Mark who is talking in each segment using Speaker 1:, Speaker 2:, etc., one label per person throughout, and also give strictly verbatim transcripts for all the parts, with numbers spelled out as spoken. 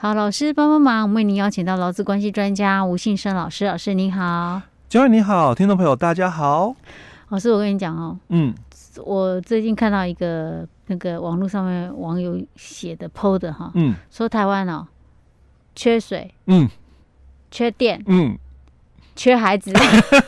Speaker 1: 好，老师帮帮忙，我们为您邀请到劳资关系专家吴信生老师，老师您好。
Speaker 2: 嘉惠你好，听众朋友大家好。
Speaker 1: 老师，我跟你讲哦，
Speaker 2: 嗯，
Speaker 1: 我最近看到一个那个网络上面网友写的 P O 的哈，嗯，说台湾哦缺水，嗯，缺电，嗯，缺孩子。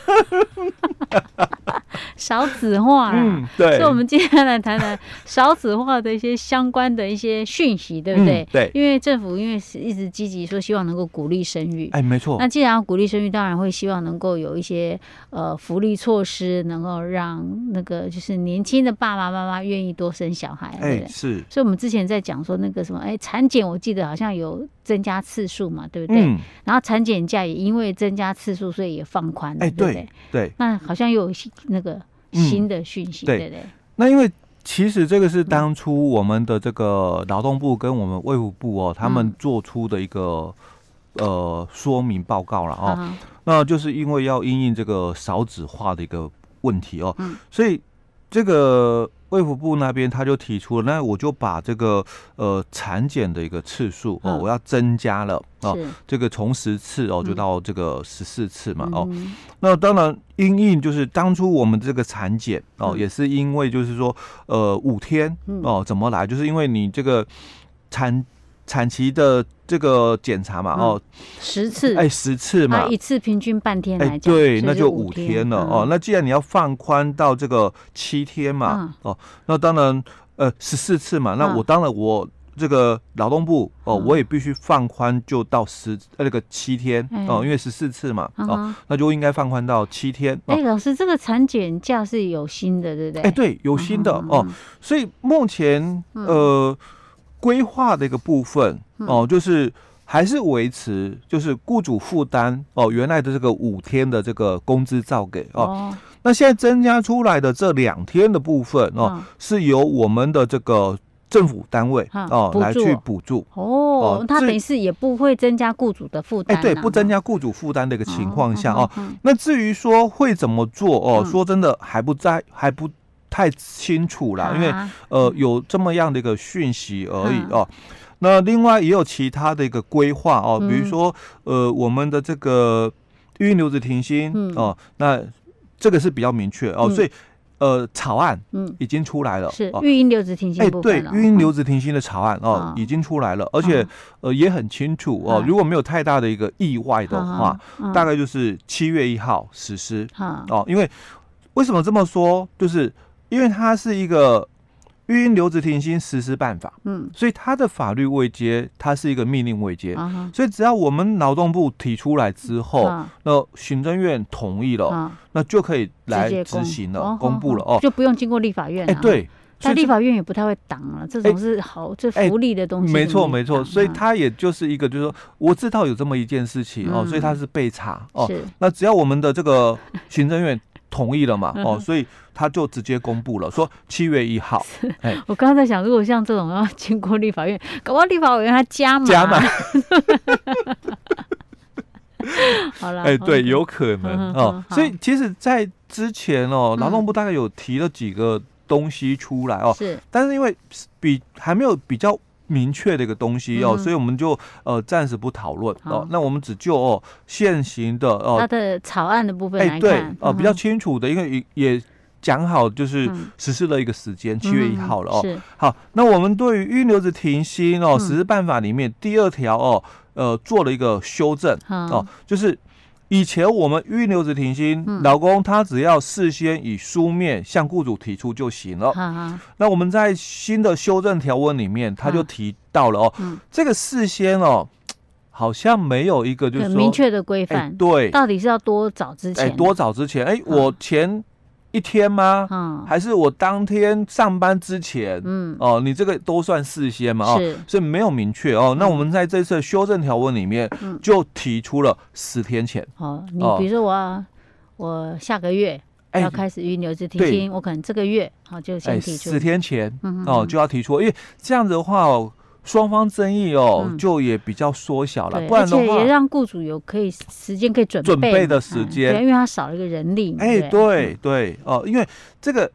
Speaker 1: 少子化啦，嗯，对，所以我们今天来谈谈少子化的一些相关的一些讯息，对不对？嗯、对，因为政府因为一直积极说希望能够鼓励生育，哎，没错。那既然要鼓励生育，当然会希望能够有一些呃福利措施，能够让那个就是年轻的爸爸妈妈愿意多生小孩，对不对？是。所以我们之前在讲说那个什么，哎，产检我记得好像有增加次数嘛，对不对？嗯。然后产检假也因为增加次数，所以也放宽了，哎，对不对？对。那好像又有那个。新的讯息、嗯、对, 对对，
Speaker 2: 那因为其实这个是当初我们的这个劳动部跟我们卫福部哦，他们做出的一个、嗯、呃说明报告了哦、嗯，那就是因为要因应这个少子化的一个问题哦，嗯、所以这个卫福部那边他就提出了，那我就把这个呃产检的一个次数哦，嗯、我要增加了哦，这个从十次哦就到这个十四次嘛、嗯、哦，那当然因应就是当初我们这个产检哦、嗯，也是因为就是说呃五天哦怎么来，就是因为你这个产产期的这个检查嘛，哦，
Speaker 1: 十次，
Speaker 2: 哎，十次嘛，
Speaker 1: 一次平均半天来讲，
Speaker 2: 哎，对，那就五天了、嗯、哦。那既然你要放宽到这个七天嘛，嗯、哦，那当然，呃，十四次嘛，那我当然我这个劳动部哦，嗯、我也必须放宽，就到十呃那个七天、嗯、哦，因为十四次嘛，嗯、哦，那就应该放宽到七天。哎、
Speaker 1: 哦欸，老师，这个产检假是有新的，对不对？
Speaker 2: 哎，对，有新的、嗯、哦，所以目前呃。规划的一个部分哦，就是还是维持，就是雇主负担哦原来的这个五天的这个工资照给哦，哦那现在增加出来的这两天的部分哦，嗯、是由我们的这个政府单位哦来去补助
Speaker 1: 哦，哦它等于是也不会增加雇主的负担、啊，
Speaker 2: 哎，对，不增加雇主负担的一个情况下哦，哦那至于说会怎么做哦，嗯、说真的还不在还不。太清楚了，因为呃有这么样的一个讯息而已哦。那另外也有其他的一个规划哦，比如说呃我们的这个育婴留职停薪哦，那这个是比较明确哦，所以呃草案已经出来了，
Speaker 1: 是育婴留职停薪部分
Speaker 2: 哎，对，育婴留职停薪的草案哦已经出来了，而且呃也很清楚哦，如果没有太大的一个意外的话，大概就是七月一号实施哦，因为为什么这么说，就是。因为它是一个育婴留职停薪实施办法，嗯，所以它的法律位阶，它是一个命令位阶，啊、所以只要我们劳动部提出来之后，啊、那行政院同意了，啊、那就可以来执行了，公, 公布了哦，
Speaker 1: 就不用经过立法院了、啊。哎，对，但立法院也不太会挡了，这种是好这福利的东西。
Speaker 2: 没错，没错，所以它也就是一个，就是说我知道有这么一件事情、嗯、哦，所以它是备查哦，那只要我们的这个行政院同意了嘛，哦，所以。他就直接公布了，说七月一号。
Speaker 1: 我刚刚在想，如果像这种要经过立法院，搞不好立法委员他加码，加码。好了，
Speaker 2: 哎，对，有可能哦。所以其实，在之前哦，劳动部大概有提了几个东西出来哦，是，但是因为比还没有比较明确的一个东西哦，嗯、所以我们就呃暂时不讨论哦。那我们只就哦现行的哦，
Speaker 1: 它的草案的部分来看，哎、
Speaker 2: 对哦、呃，比较清楚的，因为也。讲好就是实施了一个时间，七、嗯、月一号了哦。是好，那我们对于育婴留职停薪哦，实施办法里面第二条哦，呃，做了一个修正、嗯、哦，就是以前我们育婴留职停薪，嗯、劳工他只要事先以书面向雇主提出就行了。嗯、那我们在新的修正条文里面，他就提到了哦，嗯、这个事先哦。好像没有一个就是说
Speaker 1: 很明确的规范、欸，对，到底是要多早之前？
Speaker 2: 哎、欸，多早之前？哎、欸，我前一天吗？嗯，还是我当天上班之前？嗯，哦，你这个都算事先嘛？哦，所以没有明确哦。嗯、那我们在这次修正条文里面，嗯、就提出了十天前。
Speaker 1: 哦，你比如说我、啊哦、我下个月要开始育婴留职停薪，我可能这个月好、哦、就先提出。
Speaker 2: 十、欸、天前、嗯、哦就要提出，因为这样子的话哦。双方争议哦、嗯，就也比较缩小了，不然的话，
Speaker 1: 而且也让雇主有可以时间可以准备
Speaker 2: 准备的时间、
Speaker 1: 嗯，因为他少了一个人力嘛。
Speaker 2: 哎、欸，对对哦，因为这个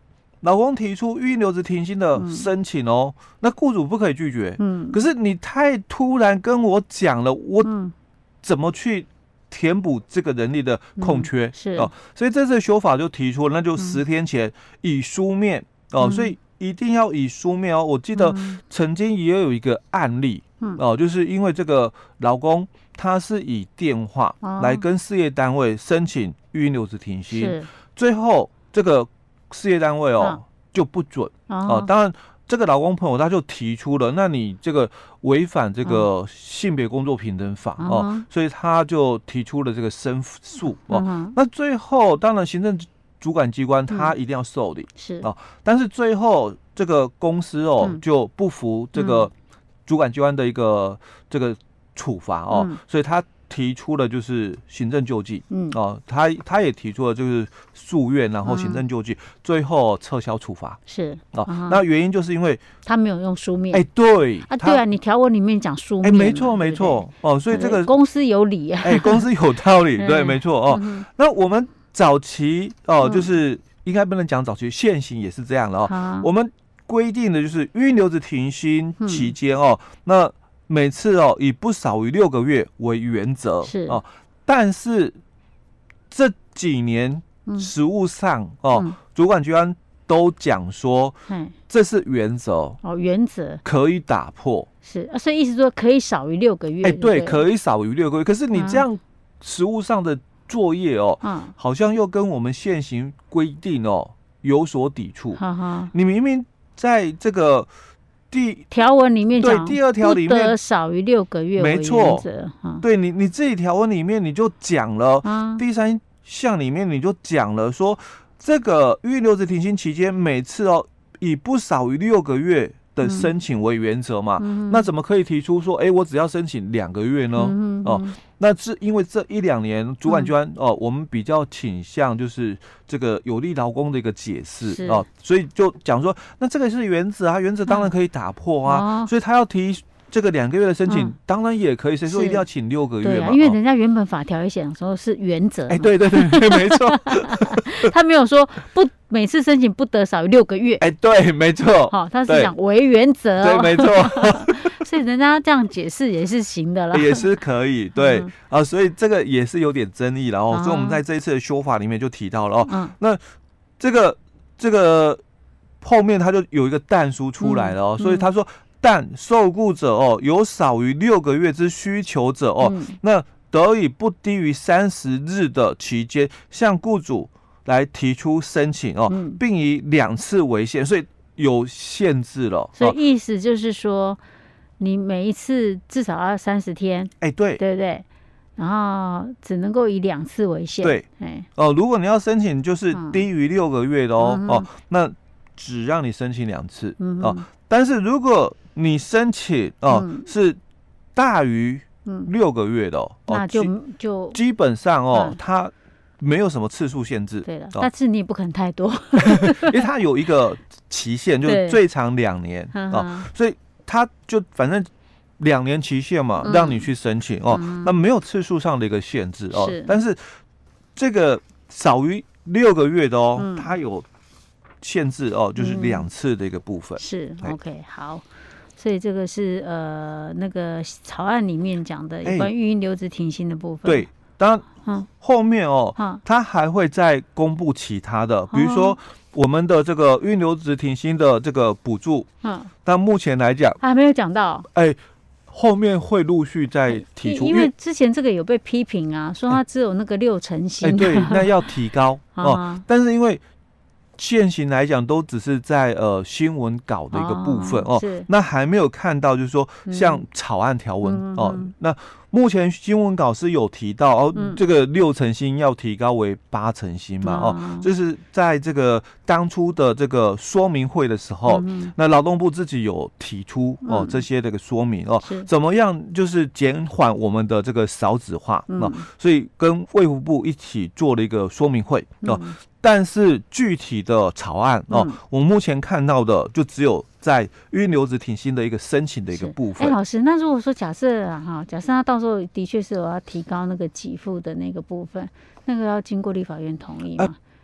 Speaker 2: 劳工提出育婴留职停薪的申请哦，嗯、那雇主不可以拒绝。嗯，可是你太突然跟我讲了，我怎么去填补这个人力的空缺？嗯、是哦，所以这次修法就提出了，那就十天前以书面、嗯、哦，所以一定要以书面哦。我记得曾经也有一个案例、嗯、哦，就是因为这个劳工他是以电话来跟事业单位申请育婴留职停薪，最后这个事业单位哦、啊、就不准哦、啊。当然，这个劳工朋友他就提出了，那你这个违反这个性别工作平等法哦、啊啊，所以他就提出了这个申诉哦、啊啊。那最后，当然行政主管机关他一定要受理、嗯、是啊，但是最后这个公司哦、嗯、就不服这个主管机关的一个这个处罚哦、嗯，所以他提出了就是行政救济，嗯哦，他他也提出了就是诉愿，然后行政救济，嗯、最后撤销处罚。是哦、uh-huh. 那原因就是因为
Speaker 1: 他没有用书面。
Speaker 2: 哎、欸，对
Speaker 1: 啊，对啊，你条文里面讲书面，
Speaker 2: 哎、欸，没错没错哦，所以这个
Speaker 1: 公司有理啊，
Speaker 2: 哎、欸，公司有道理，对，没错哦、嗯。那我们早期哦，就是应该不能讲早期，现行也是这样的哦。嗯、我们规定的就是育婴留职停薪期间哦，嗯、那。每次哦以不少于六个月为原则是哦，但是这几年实务上、嗯、哦、嗯，主管机关都讲说，这是原则
Speaker 1: 哦，原则可
Speaker 2: 以打破
Speaker 1: 是啊，所以意思说可以少于六个月，
Speaker 2: 哎、欸，对，可以少于六个月。可是你这样实务上的作业哦，嗯，好像又跟我们现行规定哦有所抵触。哈哈，你明明在这个。第
Speaker 1: 条文里面
Speaker 2: 讲，对第二条里面不
Speaker 1: 得少于六个月为原则，没错。
Speaker 2: 嗯、对你你自己条文里面你就讲了、嗯，第三项里面你就讲了说，这个育婴留职停薪期间，每次哦以不少于六个月的申请为原则嘛、嗯，那怎么可以提出说，哎、欸，我只要申请两个月呢？嗯、哦，那是因为这一两年主管机关、嗯、哦，我们比较倾向就是这个有利劳工的一个解释哦，所以就讲说，那这个是原则啊，原则当然可以打破啊，嗯、所以他要提这个两个月的申请，嗯、当然也可以，谁说一定要请六个月嘛？
Speaker 1: 对啊，因为人家原本法条也讲说是原则，
Speaker 2: 哎、欸，对对对，没错，
Speaker 1: 他没有说不。每次申请不得少于六个月，
Speaker 2: 哎、欸，对，没错，
Speaker 1: 好、哦，他是讲为原则、
Speaker 2: 哦，对，没错，
Speaker 1: 所以人家这样解释也是行的啦，
Speaker 2: 也是可以，对、嗯、啊，所以这个也是有点争议了哦、嗯，所以我们在这一次的修法里面就提到了哦，嗯、那这个这个后面他就有一个但书出来了哦，嗯、所以他说，但受雇者哦有少于六个月之需求者哦，嗯、那得以不低于三十日的期间向雇主来提出申请哦、嗯，并以两次为限，所以有限制了。
Speaker 1: 所以意思就是说，你每一次至少要三十天，
Speaker 2: 哎、欸，对，
Speaker 1: 对不对？然后只能够以两次为限。
Speaker 2: 对，哎，哦、呃，如果你要申请就是低于六个月的哦，嗯、哦，那只让你申请两次、嗯、哦。但是如果你申请哦、呃嗯、是大于六个月的哦，
Speaker 1: 那就就
Speaker 2: 基本上哦，嗯、它。没有什么次数限制，
Speaker 1: 对了，但是你也不可能太多，
Speaker 2: 因为它有一个期限，就是最长两年啊，所以它就反正两年期限嘛，嗯、让你去申请哦、嗯，那没有次数上的一个限制哦，是但是这个少于六个月的哦，嗯、它有限制哦，就是两次的一个部分，
Speaker 1: 嗯、是 OK 好。所以这个是呃那个草案里面讲的有关育婴留职停薪的部分，
Speaker 2: 对。当然，嗯、后面哦，嗯、他还会再公布其他的，比如说我们的这个育婴留职停薪的这个补助，嗯，但目前来讲
Speaker 1: 还没有讲到，
Speaker 2: 哎、欸，后面会陆续再提出，
Speaker 1: 因为之前这个有被批评啊，说他只有那个六成薪、啊，哎、欸，
Speaker 2: 对，那要提高哦，但是因为。现行来讲，都只是在呃新闻稿的一个部分哦，哦那还没有看到，就是说像草案条文、嗯、哦、嗯。那目前新闻稿是有提到哦，嗯、这个六成薪要提高为八成薪嘛、嗯、哦，就是在这个当初的这个说明会的时候，嗯、那劳动部自己有提出哦、嗯、这些这个说明哦，怎么样就是减缓我们的这个少子化、嗯、哦，所以跟卫福部一起做了一个说明会哦。嗯但是具体的草案哦、嗯，我目前看到的就只有在育婴留职停薪的一个申请的一个部分。
Speaker 1: 哎，老师，那如果说假设啊哈，假设他到时候的确是有要提高那个给付的那个部分，那个要经过立法院同意吗？啊、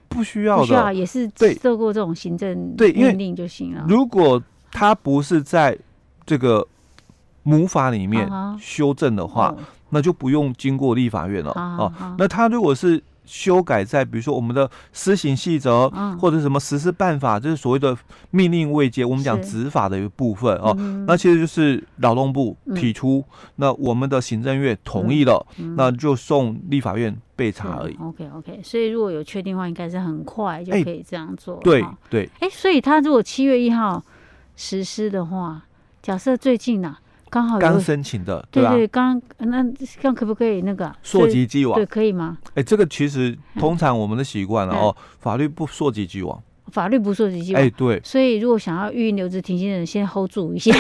Speaker 2: 不需要的，
Speaker 1: 不需要，也是受过这种行政命令就行了。
Speaker 2: 如果他不是在这个母法里面修正的话，哦、那就不用经过立法院了啊、哦。那他如果是修改在比如说我们的施行细则、嗯、或者什么实施办法，就是所谓的命令位阶，我们讲执法的一个部分哦、嗯。那其实就是劳动部提出，嗯、那我们的行政院同意了，嗯、那就送立法院备查而已。
Speaker 1: OK OK， 所以如果有确定的话，应该是很快就可以这样做。
Speaker 2: 对对。
Speaker 1: 哎，所以他如果七月一号实施的话，假设最近啊。刚好
Speaker 2: 刚申请的，
Speaker 1: 对吧？对对，刚那这样可不可以那个
Speaker 2: 溯及既往？
Speaker 1: 对，可以吗？
Speaker 2: 哎，这个其实通常我们的习惯了哦，法律不溯及既往，
Speaker 1: 法律不溯及既往。
Speaker 2: 哎，对。
Speaker 1: 所以如果想要预留职停薪的人，先 hold 住一下，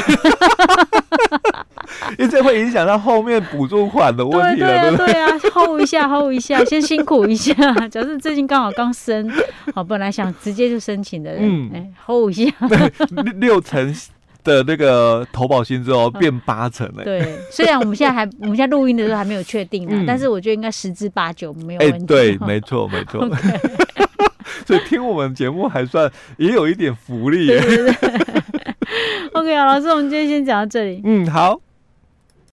Speaker 2: 因为这会影响到后面补助款的问题了。
Speaker 1: 对对啊，对啊 ，hold 一下 ，hold 一下，先辛苦一下。假设最近刚好刚升，好，本来想直接就申请的人，嗯，哎 ，hold 一下，
Speaker 2: 对，六成。的那个投保薪之后变八成了、欸嗯。
Speaker 1: 对，虽然我们现在还我们现在录音的时候还没有确定啦、嗯，但是我觉得应该十之八九没有问题。
Speaker 2: 哎、欸，对，没错，没错。所以听我们节目还算也有一点福利、欸。
Speaker 1: 对对对。OK， 好，老师，我们今天先讲到这里。
Speaker 2: 嗯，好。